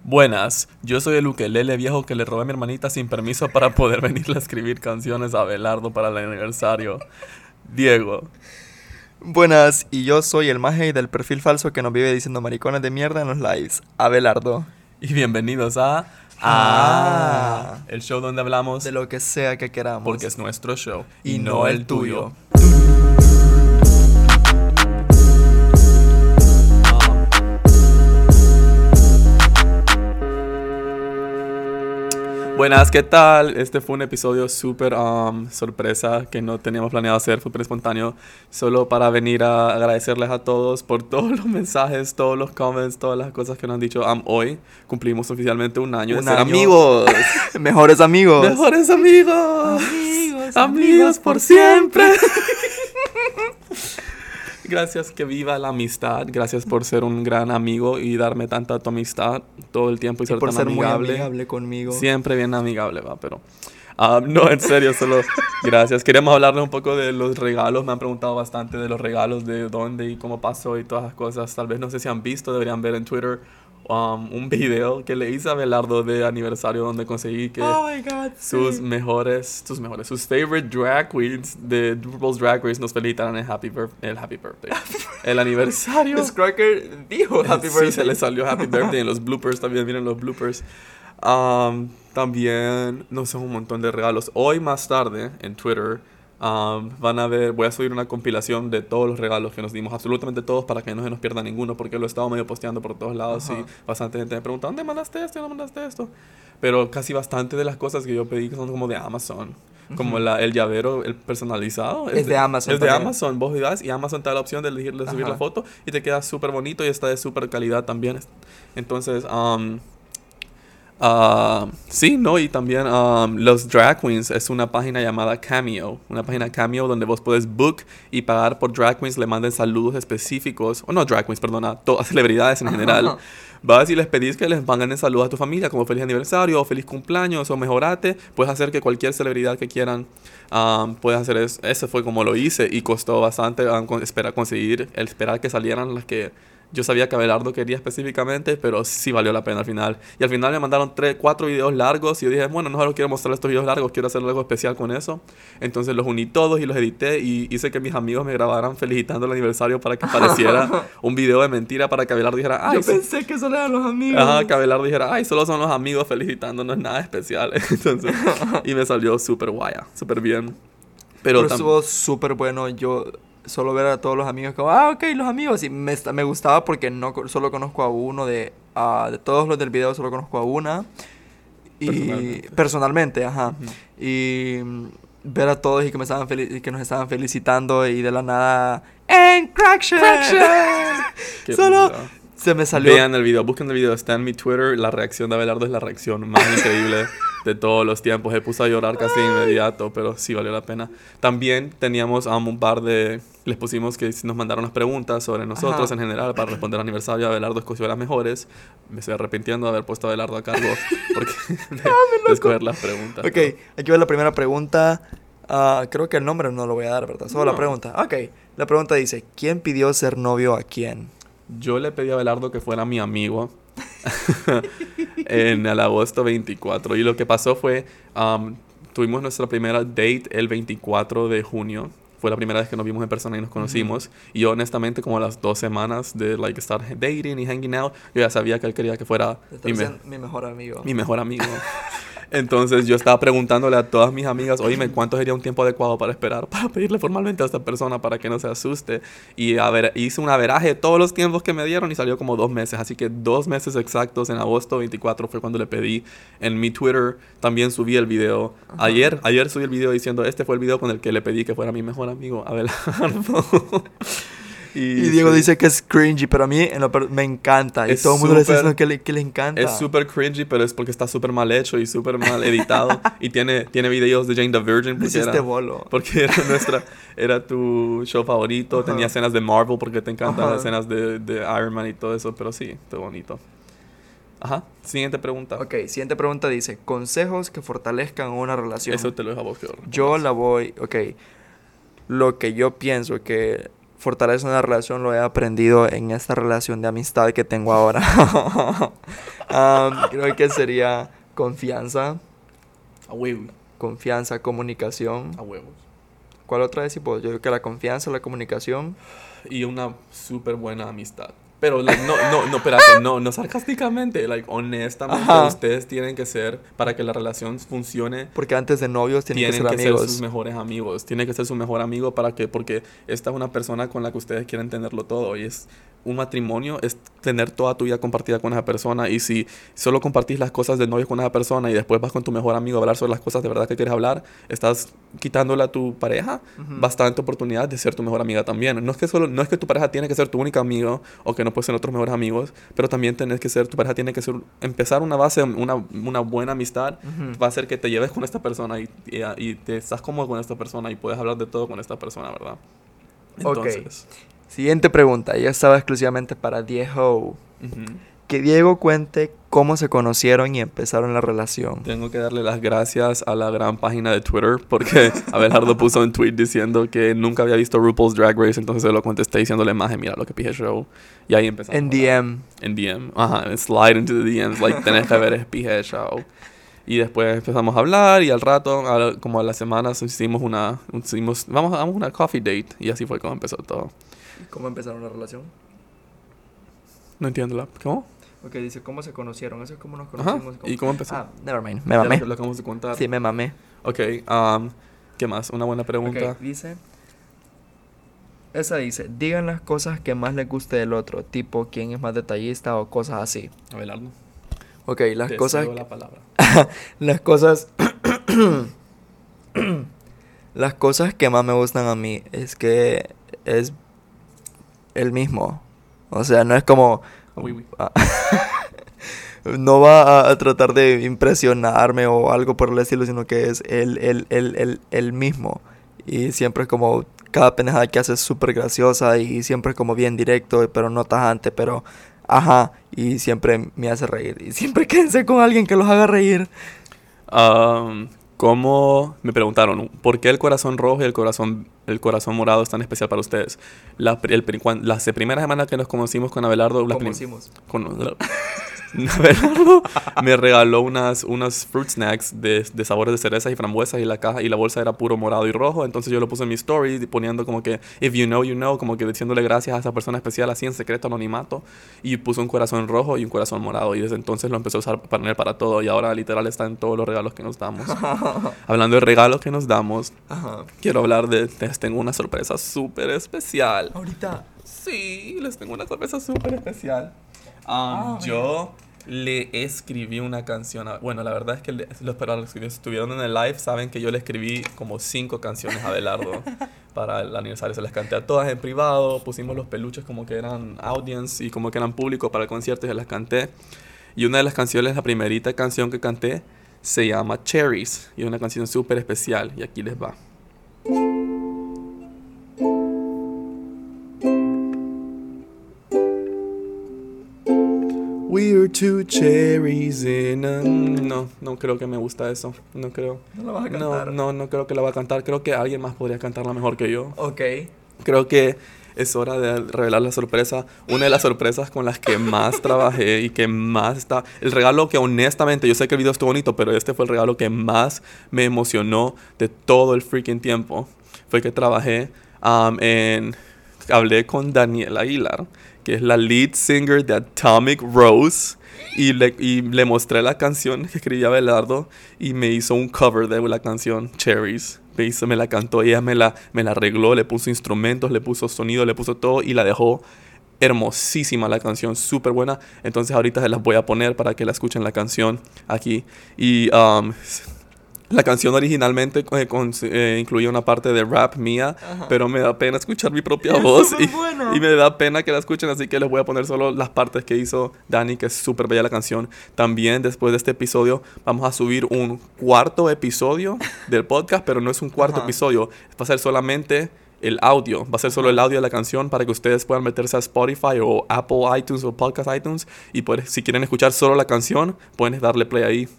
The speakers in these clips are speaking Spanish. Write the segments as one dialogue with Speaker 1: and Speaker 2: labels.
Speaker 1: Buenas, yo soy el ukelele viejo que le robé a mi hermanita sin permiso para poder venirle a escribir canciones a Abelardo para el aniversario. Diego.
Speaker 2: Buenas, y yo soy el maje del perfil falso que nos vive diciendo maricones de mierda en los lives, Abelardo.
Speaker 1: Y bienvenidos a... el show donde hablamos
Speaker 2: De lo que sea que queramos.
Speaker 1: porque es nuestro show
Speaker 2: y no el tuyo.
Speaker 1: Buenas, ¿qué tal? Este fue un episodio súper sorpresa que no teníamos planeado hacer, súper espontáneo, solo para venir a agradecerles a todos por todos los mensajes, todos los comments, todas las cosas que nos han dicho. Hoy cumplimos oficialmente un año de ser amigos.
Speaker 2: Mejores amigos.
Speaker 1: Mejores amigos. Amigos por siempre. Gracias, que viva la amistad. Gracias por ser un gran amigo y darme tanta tu amistad todo el tiempo y ser
Speaker 2: por
Speaker 1: tan
Speaker 2: ser
Speaker 1: amigable.
Speaker 2: muy amigable conmigo.
Speaker 1: Siempre bien amigable, va, pero... no, en serio, solo gracias. Queríamos hablarles un poco de los regalos. Me han preguntado bastante de los regalos, de dónde y cómo pasó y todas las cosas. Tal vez no sé si han visto, deberían ver en Twitter un video que le hice a Abelardo de aniversario donde conseguí que sus favorite drag queens de RuPaul's Drag Race nos felicitaran el happy birthday. El aniversario.
Speaker 2: Cracker dijo happy birthday.
Speaker 1: Sí, se le salió happy birthday en los bloopers. También miren los bloopers. También, no sé, un montón de regalos. Hoy más tarde en Twitter van a ver, voy a subir una compilación de todos los regalos que nos dimos, absolutamente todos, para que no se nos pierda ninguno, porque lo he estado medio posteando por todos lados. Ajá. Y bastante gente me pregunta, ¿dónde mandaste esto? ¿Dónde mandaste esto? Pero casi bastante de las cosas que yo pedí que son como de Amazon. Como el llavero, el personalizado.
Speaker 2: Es de Amazon.
Speaker 1: Es de Amazon. Vos vas y Amazon te da la opción de elegir, de subir la foto y te queda súper bonito y está de súper calidad también. Entonces, sí, ¿no? Y también los Drag Queens es una página llamada Cameo. Una página Cameo donde vos puedes book y pagar por Drag Queens, le manden saludos específicos. O no Drag Queens, perdona, todas celebridades en general. Vas y les pedís que les manden saludos a tu familia, como feliz aniversario, o feliz cumpleaños, o mejorate. Puedes hacer que cualquier celebridad que quieran puedes hacer eso. Ese fue como lo hice y costó bastante esperar que salieran las que yo sabía que Abelardo quería específicamente, pero sí valió la pena al final. Y al final me mandaron 4 videos largos y yo dije, bueno, no solo quiero mostrar estos videos largos, quiero hacer algo especial con eso. Entonces los uní todos y los edité y hice que mis amigos me grabaran felicitando el aniversario para que pareciera un video de mentira, para que Abelardo dijera, ay,
Speaker 2: yo pensé que solo eran los amigos.
Speaker 1: Ajá, que Abelardo dijera, ay, solo son los amigos felicitando, no es nada especial. Entonces, y me salió súper guaya, súper bien.
Speaker 2: Pero estuvo súper bueno. Yo solo ver a todos los amigos como, ok, los amigos. Y me gustaba porque no solo conozco a uno de todos los del video, solo conozco a una. Y personalmente, ajá. Uh-huh. Y ver a todos y que nos estaban felicitando y de la nada, ¡Crackshare! Solo se me salió.
Speaker 1: Vean el video, busquen el video, está en mi Twitter. La reacción de Abelardo es la reacción más increíble de todos los tiempos. Se puso a llorar casi de inmediato, pero sí valió la pena. También teníamos un par de... Les pusimos que nos mandaron las preguntas sobre nosotros en general para responder al aniversario. Abelardo escogió las mejores. Me estoy arrepintiendo de haber puesto a Abelardo a cargo porque de escoger las preguntas.
Speaker 2: Ok, aquí va la primera pregunta. Creo que el nombre no lo voy a dar, ¿verdad? Solo la pregunta. Ok, la pregunta dice, ¿quién pidió ser novio a quién?
Speaker 1: Yo le pedí a Abelardo que fuera mi amigo en el agosto 24. Y lo que pasó fue, tuvimos nuestra primera date el 24 de junio. Fue la primera vez que nos vimos en persona y nos conocimos. Uh-huh. Y yo, honestamente, como a las 2 semanas de estar dating y hanging out, yo ya sabía que él quería que fuera
Speaker 2: mi mejor amigo.
Speaker 1: Mi mejor amigo. Entonces yo estaba preguntándole a todas mis amigas, oíme, ¿cuánto sería un tiempo adecuado para esperar? Para pedirle formalmente a esta persona para que no se asuste. Y hice un averaje de todos los tiempos que me dieron y salió como 2 meses. Así que 2 meses exactos, en agosto 24 fue cuando le pedí. En mi Twitter también subí el video. Uh-huh. Ayer subí el video diciendo, este fue el video con el que le pedí que fuera mi mejor amigo, Abelardo.
Speaker 2: Y Diego dice que es cringy, pero a mí me encanta. Y todo el mundo le dice que le encanta.
Speaker 1: Es súper cringy, pero es porque está súper mal hecho y súper mal editado. Y tiene videos de Jane the Virgin. Porque era tu show favorito. Uh-huh. Tenía escenas de Marvel porque te encantan las escenas de Iron Man y todo eso. Pero sí, está bonito. Ajá, siguiente pregunta.
Speaker 2: Ok, siguiente pregunta dice, consejos que fortalezcan una relación.
Speaker 1: Eso te lo dejo a vos, que
Speaker 2: lo que yo pienso que fortalece una relación lo he aprendido en esta relación de amistad que tengo ahora. Creo que sería confianza,
Speaker 1: A huevo.
Speaker 2: confianza, comunicación.
Speaker 1: A huevos.
Speaker 2: ¿Cuál otra vez? Yo creo que la confianza, la comunicación.
Speaker 1: Y una súper buena amistad. Pero no, espérate, no sarcásticamente, honestamente,
Speaker 2: Ajá.
Speaker 1: ustedes tienen que ser, para que la relación funcione,
Speaker 2: Porque antes de novios tienen que ser amigos.
Speaker 1: sus mejores amigos. Tiene que ser su mejor amigo porque esta es una persona con la que ustedes quieren tenerlo todo. Y es un matrimonio, es tener toda tu vida compartida con esa persona. Y si solo compartís las cosas de novios con esa persona y después vas con tu mejor amigo a hablar sobre las cosas de verdad que quieres hablar, estás quitándole a tu pareja bastante oportunidad de ser tu mejor amiga también. No es que tu pareja tiene que ser tu única amigo o que no puedes ser otros mejores amigos, pero también tu pareja tiene que empezar una base, una buena amistad. Va a hacer que te lleves con esta persona y te estás cómodo con esta persona y puedes hablar de todo con esta persona, ¿verdad? Entonces,
Speaker 2: Siguiente pregunta. Ya estaba exclusivamente para Diego.
Speaker 1: ujú.
Speaker 2: Que Diego cuente cómo se conocieron y empezaron la relación.
Speaker 1: Tengo que darle las gracias a la gran página de Twitter porque Abelardo puso un tweet diciendo que nunca había visto RuPaul's Drag Race, entonces se lo contesté diciéndole, maje, mira lo que pije show. Y ahí empezamos.
Speaker 2: En DM.
Speaker 1: En DM. Ajá, slide into the DMs, tenés que ver es pije show. Y después empezamos a hablar y al rato, como a las semanas, vamos a una coffee date. Y así fue como empezó todo.
Speaker 2: ¿Cómo empezaron la relación?
Speaker 1: No entiendo ¿cómo?
Speaker 2: Ok, dice cómo se conocieron. Eso es cómo nos
Speaker 1: Ajá,
Speaker 2: conocimos.
Speaker 1: ¿y cómo empezó?
Speaker 2: Ah, never mind. Me
Speaker 1: Ya
Speaker 2: mamé.
Speaker 1: lo acabamos de contar.
Speaker 2: Sí, me mamé.
Speaker 1: Ok, ¿qué más? Una buena pregunta.
Speaker 2: Ok, dice... Esa dice, digan las cosas que más les guste del otro, tipo quién es más detallista o cosas así.
Speaker 1: Abelardo.
Speaker 2: Ok, las
Speaker 1: Te
Speaker 2: cosas...
Speaker 1: cedo la palabra.
Speaker 2: Las cosas... Las cosas que más me gustan a mí es que es el mismo. O sea, no es como...
Speaker 1: Oui, oui.
Speaker 2: No va a tratar de impresionarme o algo por el estilo, sino que es el mismo. Y siempre es como... Cada pendejada que hace es súper graciosa y siempre es como bien directo, pero no tajante, pero... Ajá, y siempre me hace reír. Y siempre quédense con alguien que los haga reír.
Speaker 1: ¿Cómo me preguntaron por qué el corazón rojo y el corazón morado es tan especial para ustedes? La primera semana que nos conocimos con Abelardo, Abelardo me regaló unos fruit snacks de sabores de cerezas y frambuesas y la caja y la bolsa era puro morado y rojo. Entonces yo lo puse en mi story poniendo como que if you know, you know, como que diciéndole gracias a esa persona especial así en secreto, anonimato. Y puse un corazón rojo y un corazón morado y desde entonces lo empezó a usar para todo y ahora literal está en todos los regalos que nos damos. Hablando de regalos que nos damos, quiero hablar tengo una sorpresa súper especial.
Speaker 2: Ahorita.
Speaker 1: Sí, les tengo una sorpresa súper especial. Yo le escribí una canción. Bueno, la verdad es que los que estuvieron en el live saben que yo le escribí como 5 canciones a Abelardo para el aniversario. Se las canté a todas en privado. Pusimos los peluches como que eran audience y como que eran público para el concierto y se las canté. Y una de las canciones, la primerita canción que canté, se llama Cherries. Y es una canción súper especial. Y aquí les va. We're two cherries in a... No creo que me gusta eso. No creo.
Speaker 2: ¿No la vas a cantar?
Speaker 1: No creo que la va a cantar. Creo que alguien más podría cantarla mejor que yo.
Speaker 2: Ok.
Speaker 1: Creo que es hora de revelar la sorpresa. Una de las sorpresas con las que más trabajé y que más está... El regalo que honestamente, yo sé que el video estuvo bonito, pero este fue el regalo que más me emocionó de todo el freaking tiempo. Fue que trabajé hablé con Daniela Aguilar, que es la lead singer de Atomic Rose, y le mostré la canción que escribía Abelardo y me hizo un cover de la canción Cherries. Me la cantó, ella me la arregló, le puso instrumentos, le puso sonido, le puso todo y la dejó hermosísima la canción, súper buena. Entonces ahorita se las voy a poner para que la escuchen la canción aquí. Y la canción originalmente incluía una parte de rap mía, pero me da pena escuchar mi propia voz y me da pena que la escuchen, así que les voy a poner solo las partes que hizo Dani, que es súper bella la canción. También después de este episodio vamos a subir un 4º episodio del podcast, pero no es un 4º episodio, va a ser solamente el audio, va a ser solo el audio de la canción para que ustedes puedan meterse a Spotify o Apple iTunes o Podcast iTunes y si quieren escuchar solo la canción, pueden darle play ahí.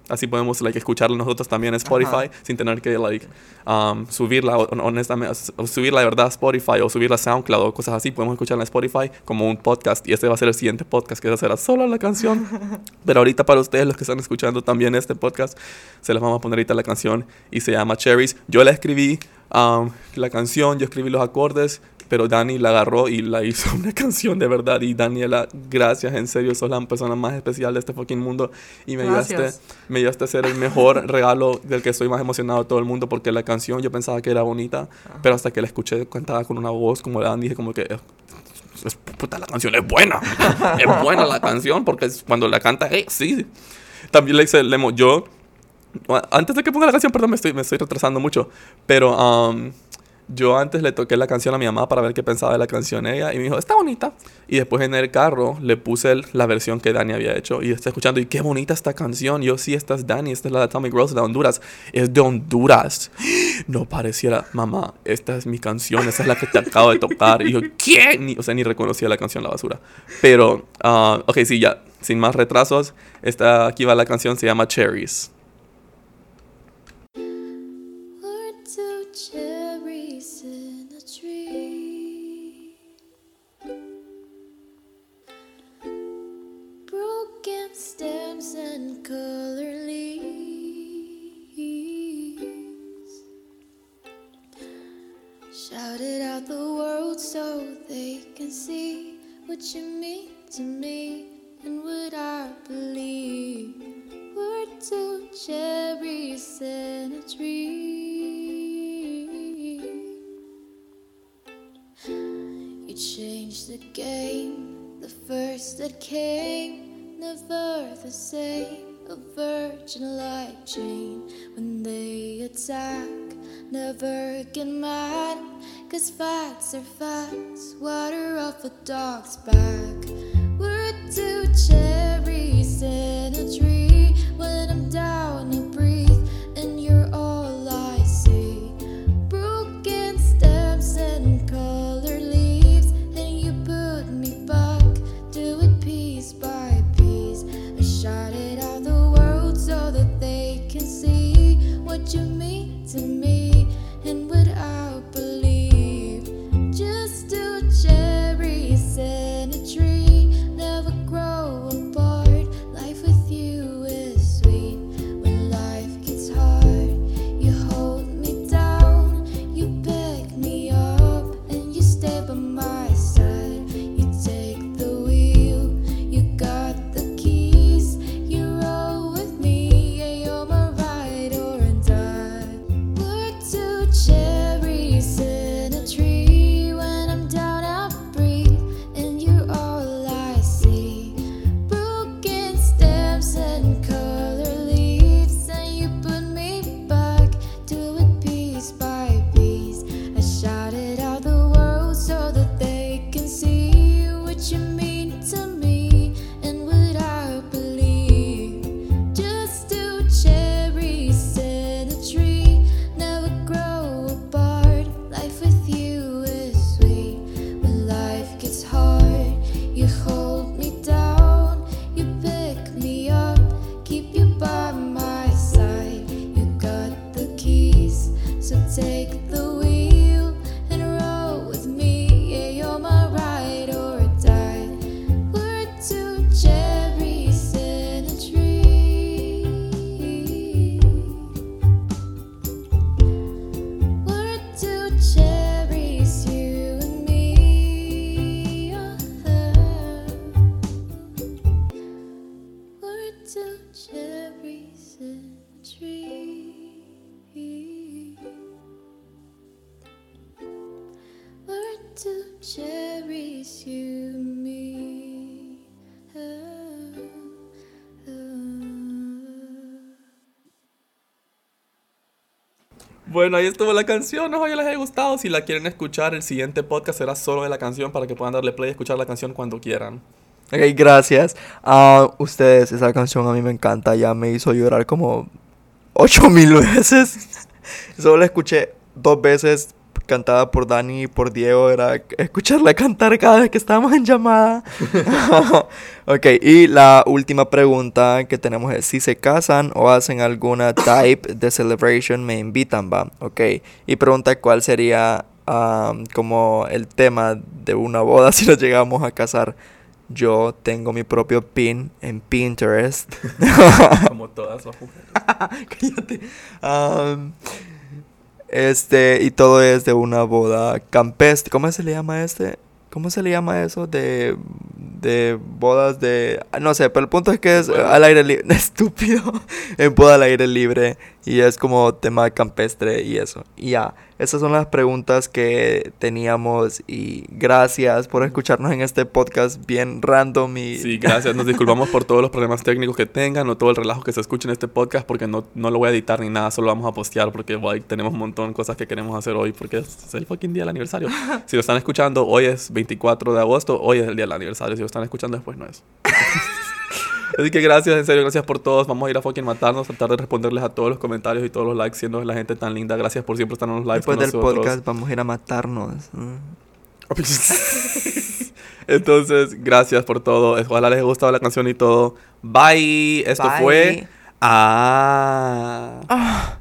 Speaker 1: Así podemos escucharla nosotros también en Spotify sin tener que subirla honestamente, subirla de verdad a Spotify o subirla a SoundCloud o cosas así. Podemos escucharla en Spotify como un podcast y este va a ser el siguiente podcast que será solo la canción. Pero ahorita para ustedes los que están escuchando también este podcast, se les vamos a poner ahorita la canción y se llama Cherries. Yo la escribí, la canción, yo escribí los acordes, pero Dani la agarró y la hizo una canción de verdad. Y Daniela, gracias, en serio, sos la persona más especial de este fucking mundo. Y me ayudaste a hacer el mejor regalo del que estoy más emocionado de todo el mundo. Porque la canción yo pensaba que era bonita, pero hasta que la escuché cantaba con una voz como la Dani, dije como que... puta, la canción es buena. Es buena la canción porque cuando la canta, sí. También le hice el demo. Yo, antes de que ponga la canción, perdón, me estoy retrasando mucho. Pero... yo antes le toqué la canción a mi mamá para ver qué pensaba de la canción ella y me dijo, está bonita. Y después en el carro le puse la versión que Dani había hecho y está escuchando y qué bonita esta canción. Yo sí, esta es Dani, esta es la de Atomic Rose de Honduras. Es de Honduras. No pareciera, mamá, esta es mi canción, esa es la que te acabo de tocar. Y yo, ¿qué? Ni reconocía la canción, la basura. Pero, ok, sí, ya, sin más retrasos, aquí va la canción, se llama Cherries.
Speaker 3: Stems and color leaves, shouted out the world so they can see what you mean to me and what I believe. We're two cherries in a tree. You changed the game, the first that came. Never the same, a virgin like Jane. When they attack, never get mad, 'cause facts are facts, water off a dog's back. We're two cherries in a tree. When I'm down to breathe, and you're all I see. Broken stems and colored leaves, and you put me back, do it piece by piece. Shout it out the world so that they can see what you mean to me and what I believe. Just two cherries in a tree, never grow apart. Life with you is sweet. When life gets hard, you hold me down, you pick me up, and you stay by my side. You take the wheel, you got the keys, you roll with me, yeah, you're my ride or die. We're two cherries in a tree. When I'm down, I breathe, and you're all I see. Broken stems and color leaves, and you put me back, do it piece by piece. I shouted out the world so that they can see what you mean to me and what I believe. Just two cherries in a tree, never grow apart. Life with you is sweet. When life gets hard, you hold me down, you pick me up, keep you by my side. You got the keys, so take the wheel and roll with me, yeah, you're my ride or die. We're two cherries in a tree. We're two cherries, you and me. We're two cherries in a tree. We're two cherries, you and me.
Speaker 1: Bueno, ahí estuvo la canción. Ojalá les haya gustado. Si la quieren escuchar, el siguiente podcast será solo de la canción para que puedan darle play y escuchar la canción cuando quieran.
Speaker 2: Ok, gracias. Ustedes, esa canción a mí me encanta. Ya me hizo llorar como 8000 veces. Solo la escuché 2 veces cantada por Dani y por Diego, era escucharla cantar cada vez que estábamos en llamada. Ok, y la última pregunta que tenemos es, si se casan o hacen alguna type de celebration, me invitan, va. Ok, y pregunta cuál sería como el tema de una boda si nos llegamos a casar. Yo tengo mi propio pin en Pinterest.
Speaker 1: Como todas las mujeres.
Speaker 2: Cállate. Y todo es de una boda campestre. ¿Cómo se le llama ¿Cómo se le llama eso? De bodas de... No sé, pero el punto es que es al aire libre. Estúpido. En boda al aire libre. Y es como tema campestre y eso. Y ya. Esas son las preguntas que teníamos. Y gracias por escucharnos en este podcast bien random.
Speaker 1: Sí, gracias. Nos disculpamos por todos los problemas técnicos que tengan o todo el relajo que se escuche en este podcast, porque no lo voy a editar ni nada. Solo vamos a postear porque tenemos un montón de cosas que queremos hacer hoy, porque es el fucking día del aniversario. Si lo están escuchando, hoy es 24 de agosto. Hoy es el día del aniversario. Si lo están escuchando después, no es. Así que gracias, en serio, gracias por todos. Vamos a ir a fucking matarnos, tratar de responderles a todos los comentarios y todos los likes, siendo la gente tan linda. Gracias por siempre estar en los lives
Speaker 2: después
Speaker 1: con
Speaker 2: del
Speaker 1: nosotros.
Speaker 2: podcast vamos a ir a matarnos.
Speaker 1: Entonces, gracias por todo. Ojalá les haya gustado la canción y todo. Bye. Esto
Speaker 2: Bye.
Speaker 1: fue...